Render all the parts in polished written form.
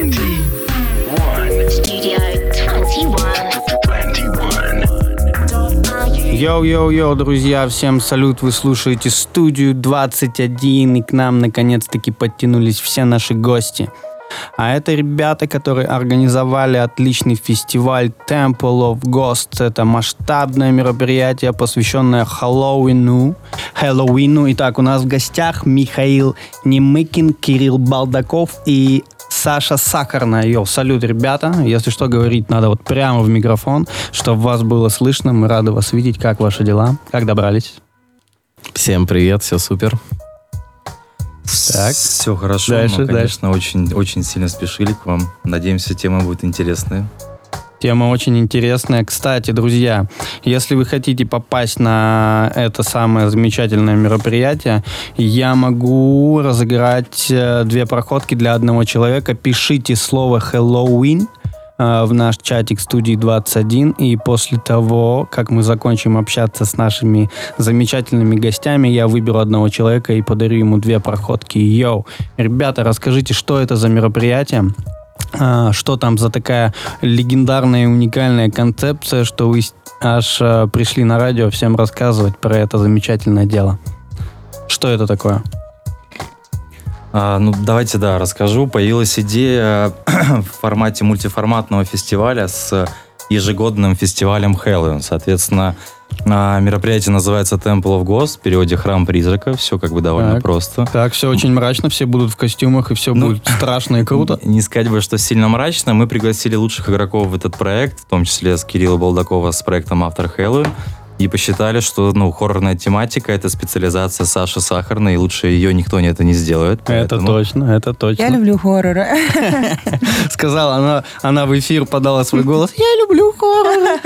Studio 21. Йоу-йоу-йоу, друзья, всем салют, вы слушаете студию 21, и к нам наконец-таки подтянулись все наши гости. А это ребята, которые организовали отличный фестиваль Temple of Ghosts. Это масштабное мероприятие, посвященное Хэллоуину. Итак, у нас в гостях Михаил Немыкин, Кирилл Балдаков и Саша Сахарная. Йоу, салют, ребята. Если что, говорить надо вот прямо в микрофон, чтобы вас было слышно. Мы рады вас видеть. Как ваши дела? Как добрались? Всем привет, все супер. Так. Все хорошо, дальше, мы, конечно, очень сильно спешили к вам. Надеемся, тема будет интересная. Тема очень интересная. Кстати, друзья, если вы хотите попасть на это самое замечательное мероприятие, я могу разыграть 2 проходки для одного человека. Пишите слово «Хэллоуин» в наш чатик студии 21, и после того, как мы закончим общаться с нашими замечательными гостями, я выберу одного человека и подарю ему 2 проходки. Йоу, ребята, расскажите, что это за мероприятие, что там за такая легендарная и уникальная концепция, что вы аж пришли на радио всем рассказывать про это замечательное дело. Что это такое? Давайте, расскажу. Появилась идея в формате мультиформатного фестиваля с ежегодным фестивалем Хэллоуин. Соответственно, мероприятие называется Temple of Ghosts, в переводе «Храм призрака». Все довольно просто. Так, все очень мрачно, все будут в костюмах, и все будет страшно и круто. Не сказать бы, что сильно мрачно. Мы пригласили лучших игроков в этот проект, в том числе с Кирилла Балдакова с проектом «Автор Хэллоуин». И посчитали, что хоррорная тематика — это специализация Саши Сахарной, и лучше ее никто это не сделает. Это точно. Я люблю хорроры. Сказала она в эфир, подала свой голос. Я люблю хорроры.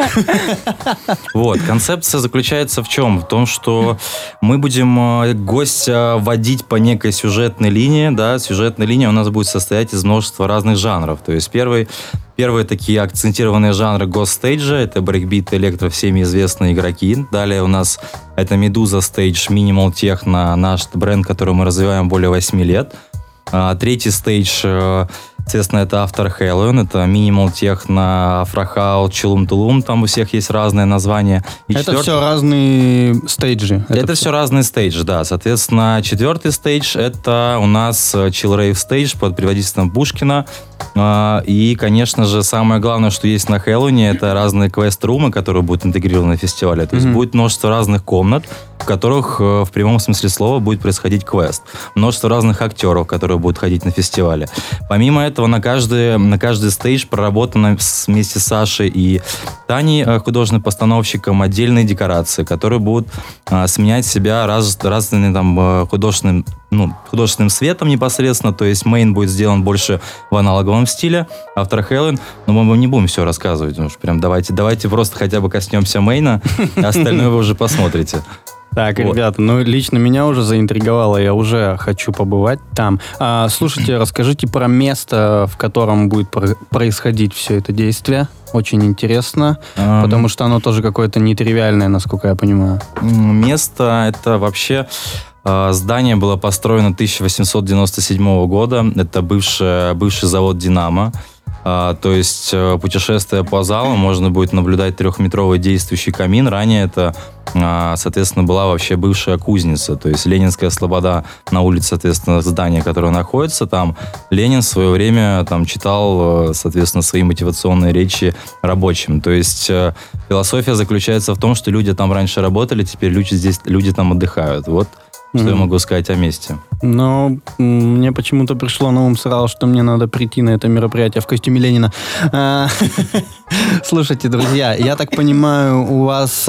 Вот, концепция заключается в чем? В том, что мы будем гостя водить по некой сюжетной линии. Да? Сюжетная линия у нас будет состоять из множества разных жанров. То есть первые такие акцентированные жанры гост-стейджа, это брейкбит, электро, всеми известные игроки. Далее у нас это Медуза стейдж, минимал техно, наш бренд, который мы развиваем более 8 лет. Третий стейдж, естественно, это Автор Хэллоуин, это минимал техно, афрохаус, чилум-тулум, там у всех есть разные названия. И это все разные стейджи. Это все разные стейджи, да. Соответственно, 4-й стейдж это у нас chill-rave стейдж под предводительством Пушкина. И, конечно же, самое главное, что есть на Хэллоуине, это разные квест-румы, которые будут интегрированы в фестивале. То есть будет множество разных комнат, в которых в прямом смысле слова будет происходить квест. Множество разных актеров, которые будут ходить на фестивале. Помимо этого, на каждый стейдж проработано вместе с Сашей и Таней, художественным постановщиком, отдельные декорации, которые будут сменять себя разными там художественным светом непосредственно. То есть мейн будет сделан больше в аналоговом стиле, Автор Хэллоуин, но мы не будем все рассказывать. Прям давайте просто хотя бы коснемся мейна, а остальное вы уже посмотрите. Так, вот. Ребята, лично меня уже заинтриговало, я уже хочу побывать там. Слушайте, расскажите про место, в котором будет происходить все это действие. Очень интересно, потому что оно тоже какое-то нетривиальное, насколько я понимаю. Место это вообще... Здание было построено 1897 года. Это бывший завод «Динамо». То есть, путешествуя по залу, можно будет наблюдать 3-метровый действующий камин. Ранее это, соответственно, была вообще бывшая кузница. То есть, Ленинская слобода на улице, соответственно, здание, которое находится там. Ленин в свое время там читал, соответственно, свои мотивационные речи рабочим. То есть, философия заключается в том, что люди там раньше работали, теперь люди там отдыхают. Вот. Что я могу сказать о месте? Мне почему-то пришло на ум сразу, что мне надо прийти на это мероприятие в костюме Ленина. Слушайте, друзья, я так понимаю, у вас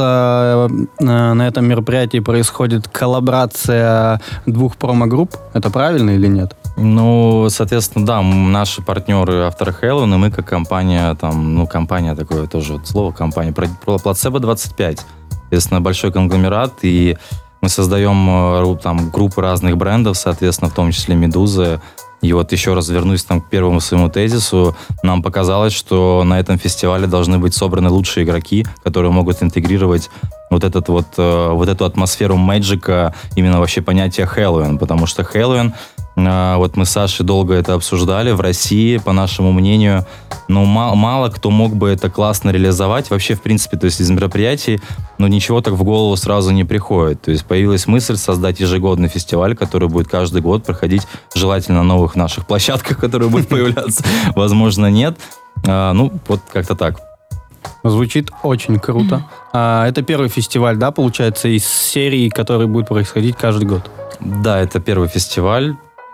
на этом мероприятии происходит коллаборация 2 промо-групп. Это правильно или нет? Соответственно, да, наши партнеры Автор Хэллоуин, и мы как компания, компания такое тоже слово, компания, Плацебо 25. Соответственно, большой конгломерат, и мы создаем там группы разных брендов, соответственно, в том числе «Медузы». И вот еще раз вернусь к первому своему тезису. Нам показалось, что на этом фестивале должны быть собраны лучшие игроки, которые могут интегрировать вот эту атмосферу мэджика, именно вообще понятие Хэллоуин. Потому что Хэллоуин Вот мы с Сашей долго это обсуждали. В России, по нашему мнению, мало кто мог бы это классно реализовать. Вообще, в принципе, то есть из мероприятий, ничего так в голову сразу не приходит. То есть появилась мысль создать ежегодный фестиваль, который будет каждый год проходить, желательно на новых наших площадках, которые будут появляться. Возможно, нет. Вот как-то так. Звучит очень круто. Это первый фестиваль, да, получается, из серии, который будет происходить каждый год? Да, это первый фестиваль.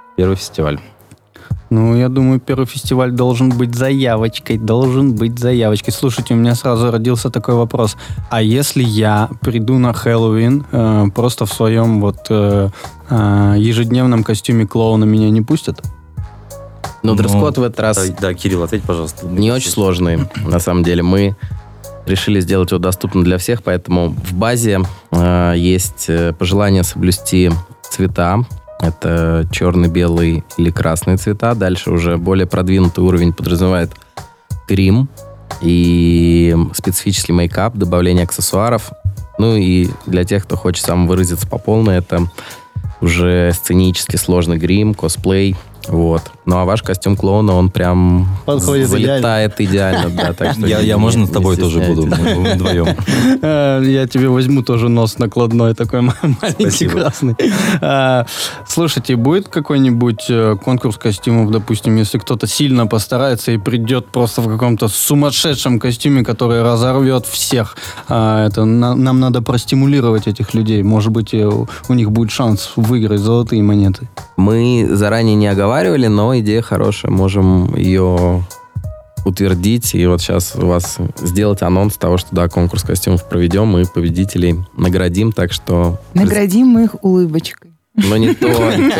Я думаю, первый фестиваль должен быть заявочкой. Слушайте, у меня сразу родился такой вопрос. А если я приду на Хэллоуин просто в своем ежедневном костюме клоуна, меня не пустят? Дресс-код в этот раз... Да, Кирилл, ответь, пожалуйста. Не очень сложный, на самом деле. Мы решили сделать его доступным для всех, поэтому в базе есть пожелание соблюсти цвета. Это черный, белый или красный цвета. Дальше уже более продвинутый уровень подразумевает грим и специфический мейкап, добавление аксессуаров. И для тех, кто хочет сам выразиться по полной, это уже сценически сложный грим, косплей. А ваш костюм клоуна, он прям вылетает идеально. Да, так что я можно с тобой тоже буду, мы вдвоем. Я тебе возьму тоже нос накладной, такой маленький, красный. Слушайте, будет какой-нибудь конкурс костюмов, допустим, если кто-то сильно постарается и придет просто в каком-то сумасшедшем костюме, который разорвет всех? Нам надо простимулировать этих людей. Может быть, у них будет шанс выиграть золотые монеты. Мы заранее не оговаривали, но идея хорошая. Можем ее утвердить. И вот сейчас у вас сделать анонс того, что да, конкурс костюмов проведем, и победителей наградим, так что... Наградим мы их улыбочкой. Но не то.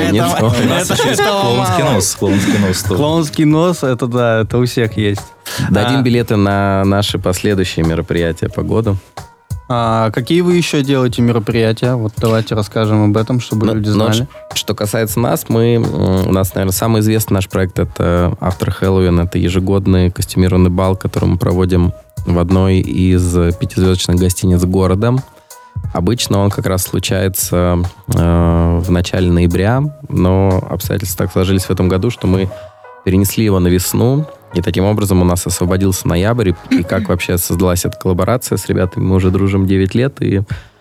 Клоунский нос, это да, это у всех есть. Дадим билеты на наши последующие мероприятия по году. Какие вы еще делаете мероприятия? Давайте расскажем об этом, чтобы люди знали. Что касается нас, у нас, наверное, самый известный наш проект — это After Halloween. Это ежегодный костюмированный бал, который мы проводим в одной из 5-звездочных гостиниц города. Обычно он как раз случается в начале ноября, но обстоятельства так сложились в этом году, что мы перенесли его на весну. И таким образом у нас освободился ноябрь. И как вообще создалась эта коллаборация с ребятами? Мы уже дружим 9 лет, и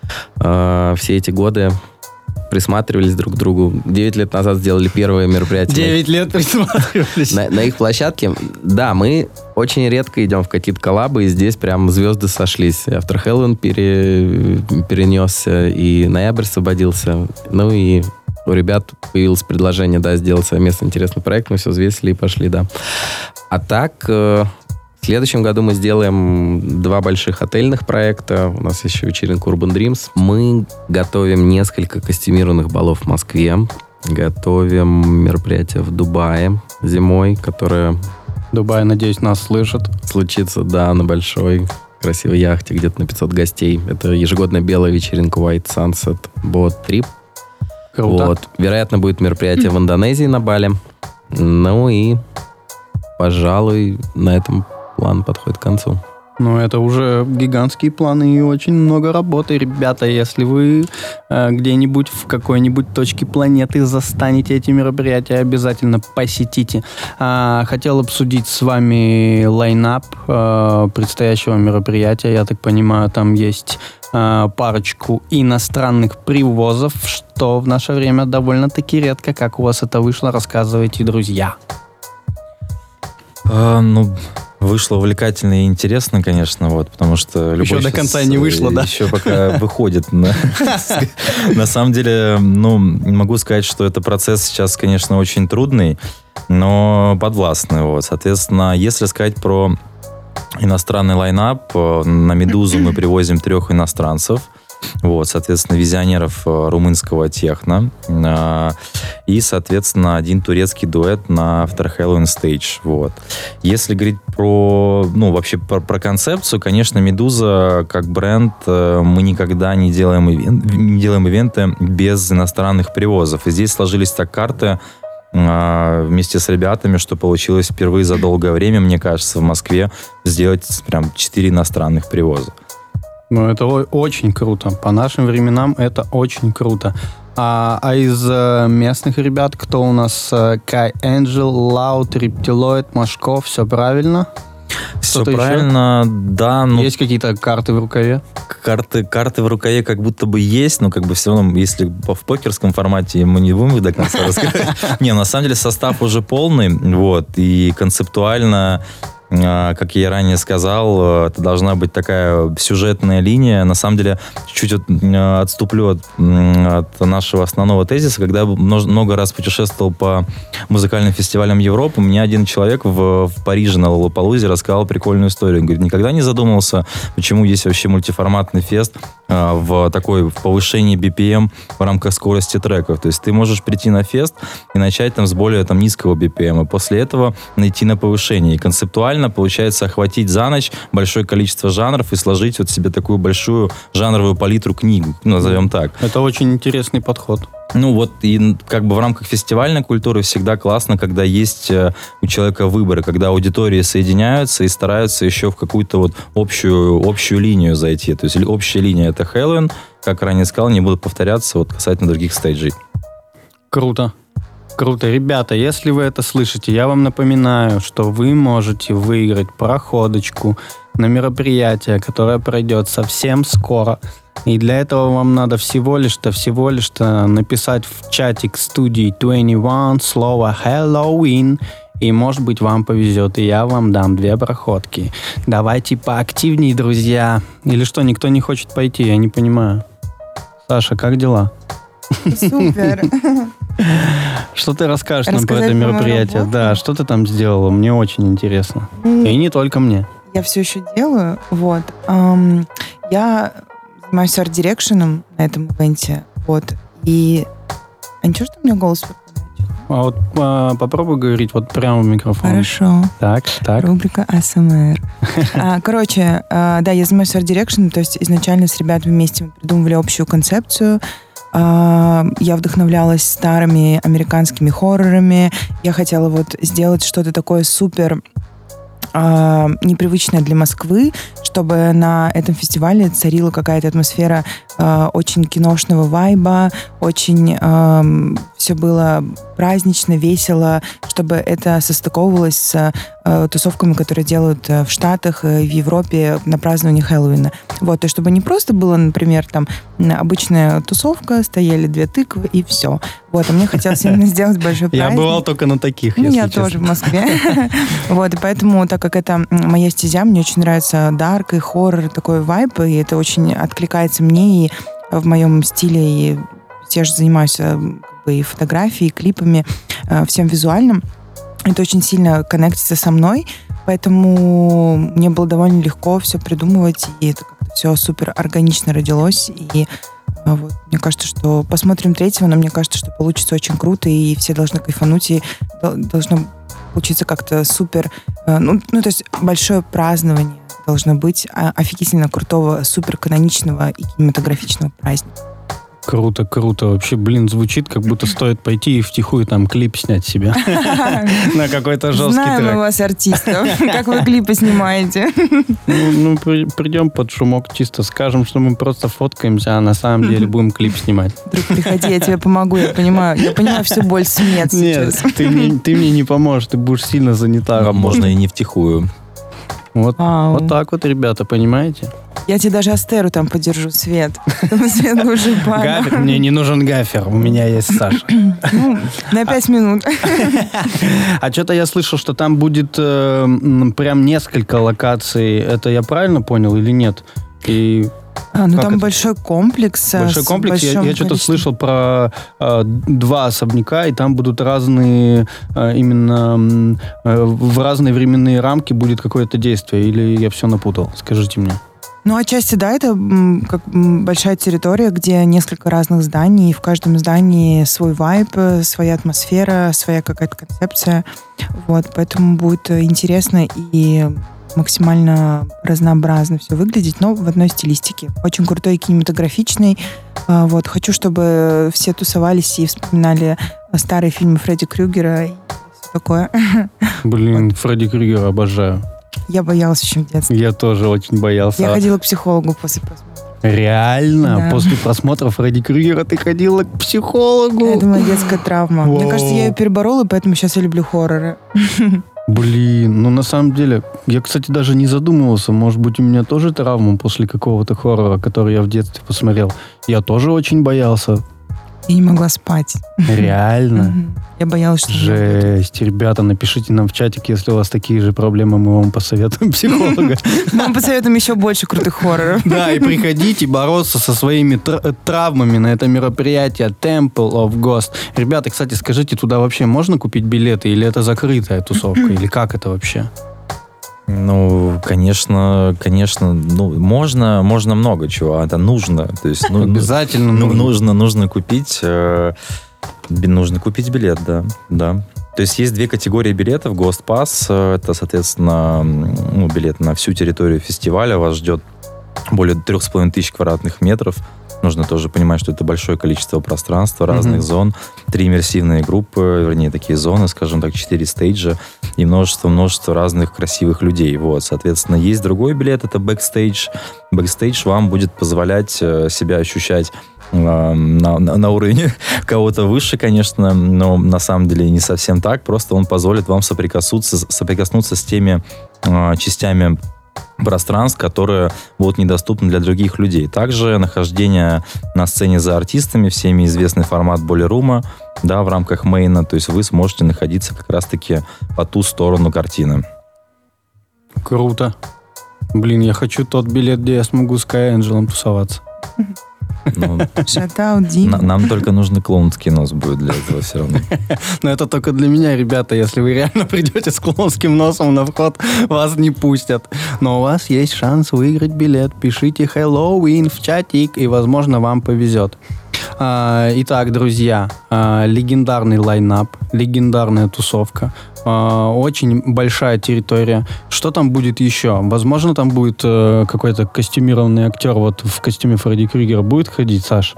все эти годы присматривались друг к другу. 9 лет назад сделали первое мероприятие. 9 лет присматривались. На их площадке. Да, мы очень редко идем в какие-то коллабы, и здесь прям звезды сошлись. After Halloween перенесся, и ноябрь освободился. И у ребят появилось предложение, сделать совместный интересный проект. Мы все взвесили и пошли, да. А так, в следующем году мы сделаем 2 больших отельных проекта. У нас еще вечеринка Urban Dreams. Мы готовим несколько костюмированных баллов в Москве. Готовим мероприятие в Дубае зимой, которое... Дубай, надеюсь, нас слышит. Случится, да, на большой красивой яхте, где-то на 500 гостей. Это ежегодная белая вечеринка White Sunset Boat Trip. Круто. Вероятно, будет мероприятие в Индонезии на Бали. И, пожалуй, на этом план подходит к концу. Это уже гигантские планы и очень много работы. Ребята, если вы где-нибудь в какой-нибудь точке планеты застанете эти мероприятия, обязательно посетите. Хотел обсудить с вами лайнап предстоящего мероприятия. Я так понимаю, там есть парочку иностранных привозов, что в наше время довольно-таки редко. Как у вас это вышло? Рассказывайте, друзья. Вышло увлекательно и интересно, конечно, потому что... Еще до конца не вышло, да? Еще пока выходит. На самом деле, могу сказать, что это процесс сейчас, конечно, очень трудный, но подвластный. Соответственно, если сказать про иностранный лайнап, на «Медузу» мы привозим 3 иностранцев. Соответственно, визионеров румынского техно. И, соответственно, 1 турецкий дуэт на After Halloween Stage. Если говорить вообще про концепцию, конечно, «Медуза» как бренд, мы никогда не делаем ивенты без иностранных привозов. И здесь сложились так карты вместе с ребятами, что получилось впервые за долгое время, мне кажется, в Москве сделать прям 4 иностранных привоза. Это очень круто. По нашим временам это очень круто. А из местных ребят кто у нас? Кай Энджел, Лаут, Рептилоид, Машко, все правильно? Все Что-то правильно, да. Ну, Есть какие-то карты в рукаве? карты в рукаве как будто бы есть, но как бы все равно, если в покерском формате, мы не будем их до конца раскрывать. Не, на самом деле состав уже полный, вот, и концептуально, как я и ранее сказал, это должна быть такая сюжетная линия. На самом деле, чуть-чуть отступлю от нашего основного тезиса. Когда я много раз путешествовал по музыкальным фестивалям Европы, мне один человек в Париже на Лоллапалузе рассказал прикольную историю. Он говорит, никогда не задумывался, почему есть вообще мультиформатный фест в повышении BPM в рамках скорости треков. То есть ты можешь прийти на фест и начать там с более низкого BPM, и после этого найти на повышение. И концептуально получается охватить за ночь большое количество жанров и сложить вот себе такую большую жанровую палитру книг, назовем так. Это очень интересный подход. Ну вот, и как бы в рамках фестивальной культуры всегда классно, когда есть у человека выборы, когда аудитории соединяются и стараются еще в какую-то вот общую линию зайти. То есть общая линия — это Хэллоуин, как ранее сказал, не буду повторяться вот касательно других стейджей. Круто. Круто. Ребята, если вы это слышите, я вам напоминаю, что вы можете выиграть проходочку на мероприятие, которое пройдет совсем скоро. И для этого вам надо всего лишь написать в чатик студии 21 слово Halloween, и, может быть, вам повезет, и я вам дам 2 проходки. Давайте поактивнее, друзья. Или что, никто не хочет пойти? Я не понимаю. Саша, как дела? Супер. Что ты расскажешь нам про Рассказать это про мою мероприятие? работу? Да, что ты там сделала? Мне очень интересно. И не только мне. Я все еще делаю. Вот. Я занимаюсь арт-дирекшеном на этом ивенте. Вот. И... А ничего, что у меня голос пропадает? А вот попробуй говорить вот прямо в микрофон. Хорошо. Так. Рубрика АСМР. Короче, да, я занимаюсь арт-дирекшеном, то есть изначально с ребятами вместе мы придумывали общую концепцию. Я вдохновлялась старыми американскими хоррорами. Я хотела вот сделать что-то такое супер непривычное для Москвы, чтобы на этом фестивале царила какая-то атмосфера очень киношного вайба, очень все было празднично, весело, чтобы это состыковывалось с тусовками, которые делают в Штатах, в Европе на праздновании Хэллоуина. Вот, и чтобы не просто было, например, там обычная тусовка, стояли 2 тыквы и все. Вот, а мне хотелось именно сделать большой праздник. Я бывал только на таких, Ну, если я честно. тоже в Москве. Вот, и поэтому, так как это моя стезя, мне очень нравится дарк и хоррор, такой вайб, и это очень откликается мне и в моем стиле, и я же занимаюсь и фотографией, и клипами, всем визуальным. Это очень сильно коннектится со мной, поэтому мне было довольно легко все придумывать, и это как-то все супер органично родилось, и вот, мне кажется, что посмотрим 3-го, но мне кажется, что получится очень круто, и все должны кайфануть, и должно получиться как-то супер, то есть большое празднование должно быть офигительно крутого, супер каноничного и кинематографичного праздника. Круто. Вообще, звучит, как будто стоит пойти и втихую там клип снять себе. На какой-то жесткий Знаем мы трек. вас, артистов, как вы клипы снимаете. Ну, придем под шумок, чисто скажем, что мы просто фоткаемся, а на самом деле будем клип снимать. Друг, приходи, я тебе помогу, я понимаю всю боль смет Нет, сейчас. ты мне не поможешь, ты будешь сильно занята. А можно и не втихую. Вот Вау. так вот, ребята, понимаете? Я тебе даже Астеру там подержу, Свет. Свет уже Гафер, мне не нужен гафер, у меня есть Саша. на 5 минут. А что-то я слышал, что там будет прям несколько локаций. Это я правильно понял или нет? И Там это? большой комплекс. большой комплекс. Я что-то слышал про 2 особняка, и там будут разные, именно в разные временные рамки будет какое-то действие. Или я все напутал? Скажите мне. Ну, отчасти, да, это как большая территория, где несколько разных зданий, и в каждом здании свой вайб, своя атмосфера, своя какая-то концепция. Вот, поэтому будет интересно и максимально разнообразно все выглядеть, но в одной стилистике. Очень крутой, кинематографичный. Вот, хочу, чтобы все тусовались и вспоминали старые фильмы Фредди Крюгера и все такое. Блин, Фредди Крюгера обожаю. Я боялась еще в детстве. Я тоже очень боялся. Я ходила к психологу после просмотра. Реально? Да. После просмотра Фредди Крюгера ты ходила к психологу? Это моя детская травма. Мне Вау. кажется, я ее переборола, и поэтому сейчас я люблю хорроры. Блин, ну на самом деле, я, кстати, даже не задумывался, может быть, у меня тоже травма после какого-то хоррора, который я в детстве посмотрел. Я тоже очень боялся. Я не могла спать. Реально? Мгм. Я боялась, что... Жесть. Ребята, напишите нам в чатик, если у вас такие же проблемы, мы вам посоветуем психолога. Мы вам посоветуем еще больше крутых хорроров. Да, и приходите бороться со своими травмами на это мероприятие Temple of Ghost. Ребята, кстати, скажите, туда вообще можно купить билеты, или это закрытая тусовка, или как это вообще? Ну, конечно, ну, можно много чего, это нужно. То есть, Обязательно нужно купить билет, да. То есть есть две категории билетов. Ghost Pass, это, соответственно, билет на всю территорию фестиваля. Вас ждет более 3500 квадратных метров. Нужно тоже понимать, что это большое количество пространства, разных зон, 3 иммерсивные группы, вернее, такие зоны, скажем так, 4 стейджа и множество разных красивых людей. Вот, соответственно, есть другой билет, это бэкстейдж. Бэкстейдж вам будет позволять себя ощущать на уровне кого-то выше, конечно, но на самом деле не совсем так. Просто он позволит вам соприкоснуться с теми частями пространств, которые будут недоступны для других людей. Также нахождение на сцене за артистами, всеми известный формат болерума, да, в рамках мейна, то есть вы сможете находиться как раз-таки по ту сторону картины. Круто. Блин, я хочу тот билет, где я смогу с Sky Angel'ом тусоваться. Шатаут, Дима. Нам только нужный клоунский нос будет для этого все равно. Но это только для меня, ребята. Если вы реально придете с клоунским носом на вход, вас не пустят. Но у вас есть шанс выиграть билет. Пишите Halloween в чатик, и, возможно, вам повезет. Итак, друзья, легендарный лайнап, легендарная тусовка, очень большая территория. Что там будет еще? Возможно, там будет какой-то костюмированный актер вот в костюме Фредди Крюгера будет ходить, Саш?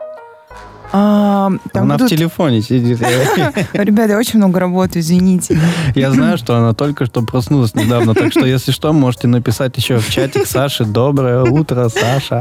Она в телефоне сидит. Ребята, я очень много работаю, извините. Я знаю, что она только что проснулась недавно, так что, если что, можете написать еще в чатик Саше. Доброе утро, Саша.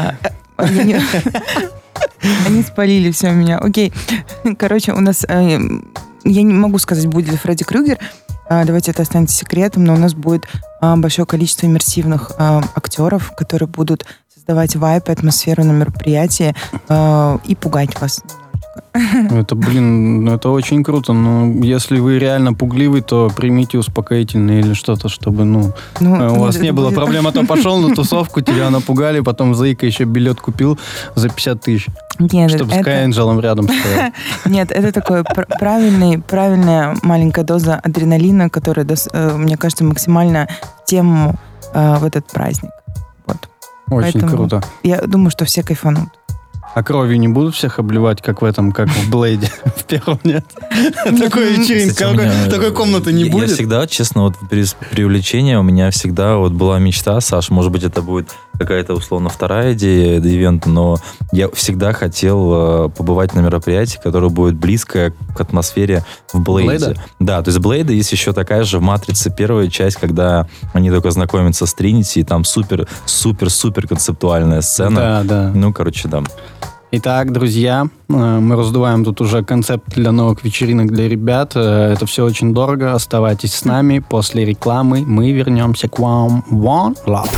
Они спалили все меня. Окей. Короче, у нас... Я не могу сказать, будет ли Фредди Крюгер. Давайте это останется секретом, но у нас будет большое количество иммерсивных актеров, которые будут создавать вайб и атмосферу на мероприятии и пугать вас. Это, это очень круто. Но если вы реально пугливый, то примите успокоительное или что-то, чтобы, у вас не было проблем. А то пошел на тусовку, тебя напугали, потом Заика еще билет купил за 50 тысяч. Нет, чтобы Sky Angel'ом рядом стоял. Нет, это такое правильная маленькая доза адреналина, которая, мне кажется, максимально в тему в этот праздник. Вот. Очень круто. Я думаю, что все кайфанут. А кровью не будут всех обливать, как в Блейде? В первом нет. Такой вечеринка, такой комнаты не будет. Я всегда, честно, при увлечении у меня всегда была мечта, Саш, может быть, это будет какая-то, условно, вторая идея ивента, но я всегда хотел побывать на мероприятии, которое будет близко к атмосфере в Блейде. Да, то есть Блейда есть еще такая же в Матрице первая часть, когда они только знакомятся с Тринити, и там супер концептуальная сцена. Да. Да. Итак, друзья, мы раздуваем тут уже концепт для новых вечеринок для ребят. Это все очень дорого. Оставайтесь с нами. После рекламы мы вернемся к вам. One love.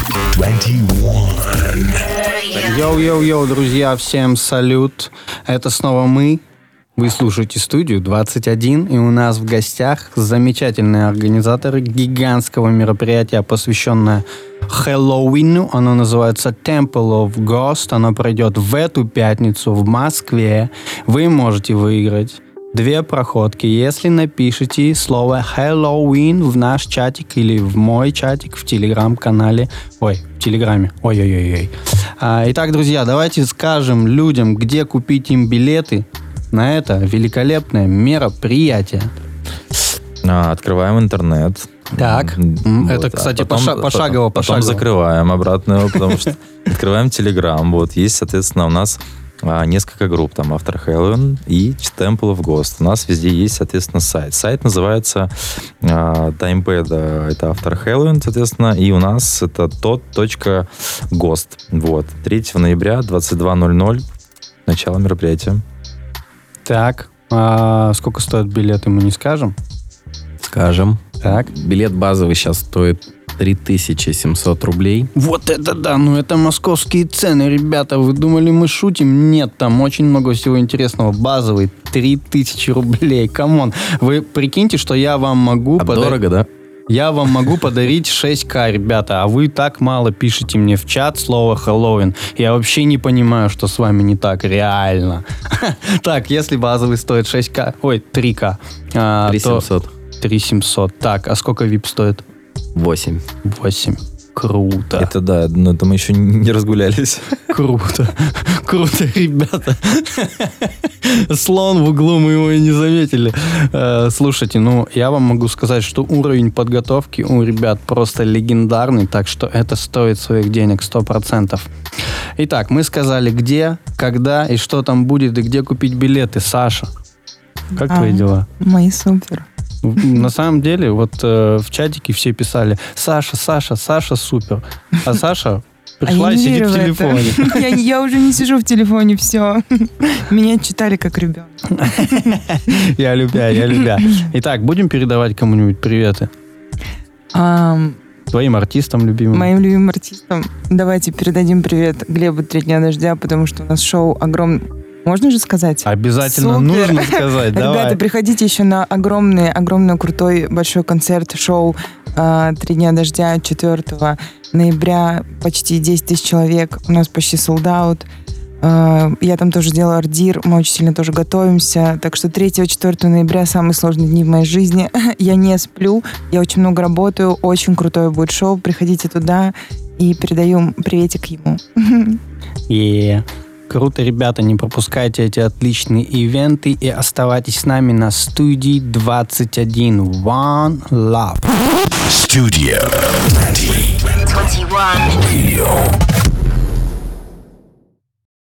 21. Йоу, друзья, всем салют. Это снова мы. Вы слушаете студию 21, и у нас в гостях замечательные организаторы гигантского мероприятия, посвященное Хэллоуину. Оно называется Temple of Ghost. Оно пройдет в эту пятницу в Москве. Вы можете выиграть 2 проходки, если напишите слово Halloween в наш чатик или в мой чатик в телеграм-канале. В телеграме. Ой-ой-ой. Итак, друзья, давайте скажем людям, где купить им билеты на это великолепное мероприятие. Открываем интернет. Так, это, кстати, пошагово. Потом закрываем обратно его, потому что открываем Телеграм. Вот, есть, соответственно, у нас несколько групп. Там After Halloween и Temple of Ghost. У нас везде есть, соответственно, сайт. Сайт называется Timepad, это After Halloween, соответственно, и у нас это tot.ghost. Вот. 3 ноября, 22:00, начало мероприятия. Так, сколько стоят билеты, мы не скажем? Скажем. Так. Билет базовый сейчас стоит 3700 рублей. Вот это да, ну это московские цены, ребята. Вы думали, мы шутим? Нет, там очень много всего интересного. Базовый 3000 рублей, камон. Вы прикиньте, что я вам могу дорого, да? Я вам могу подарить 6К, ребята, а вы так мало пишете мне в чат слово Хэллоуин. Я вообще не понимаю, что с вами не так, реально. Так, если базовый стоит 6К, ой, 3К, 3700. 3700. Так, а сколько VIP стоит? 8. Круто. Это да, но это мы еще не разгулялись. Круто, ребята. Слон в углу, мы его и не заметили. Слушайте, ну, я вам могу сказать, что уровень подготовки у ребят просто легендарный, так что это стоит своих денег 100%. Итак, мы сказали, где, когда и что там будет, и где купить билеты. Саша, как твои дела? Мои супер. На самом деле, вот в чатике все писали: Саша супер. А Саша пришла и сидит в телефоне. Я уже не сижу в телефоне, все. Меня читали как ребенка. Я любя. Итак, будем передавать кому-нибудь приветы? Твоим артистам любимым. Моим любимым артистам. Давайте передадим привет Глебу «3 дня дождя», потому что у нас шоу огромное. Можно же сказать? Обязательно Супер. нужно сказать, давай. Ребята, приходите еще на огромный крутой большой концерт, шоу «3 дня дождя» 4 ноября. Почти 10 тысяч человек. У нас почти sold out. Я там тоже делаю ордир. Мы очень сильно тоже готовимся. Так что 3-4 ноября самые сложные дни в моей жизни. Я не сплю. Я очень много работаю. Очень крутое будет шоу. Приходите туда и передаем приветик ему. Круто, ребята, не пропускайте эти отличные ивенты и оставайтесь с нами на студии 21. One Love. Studio 21.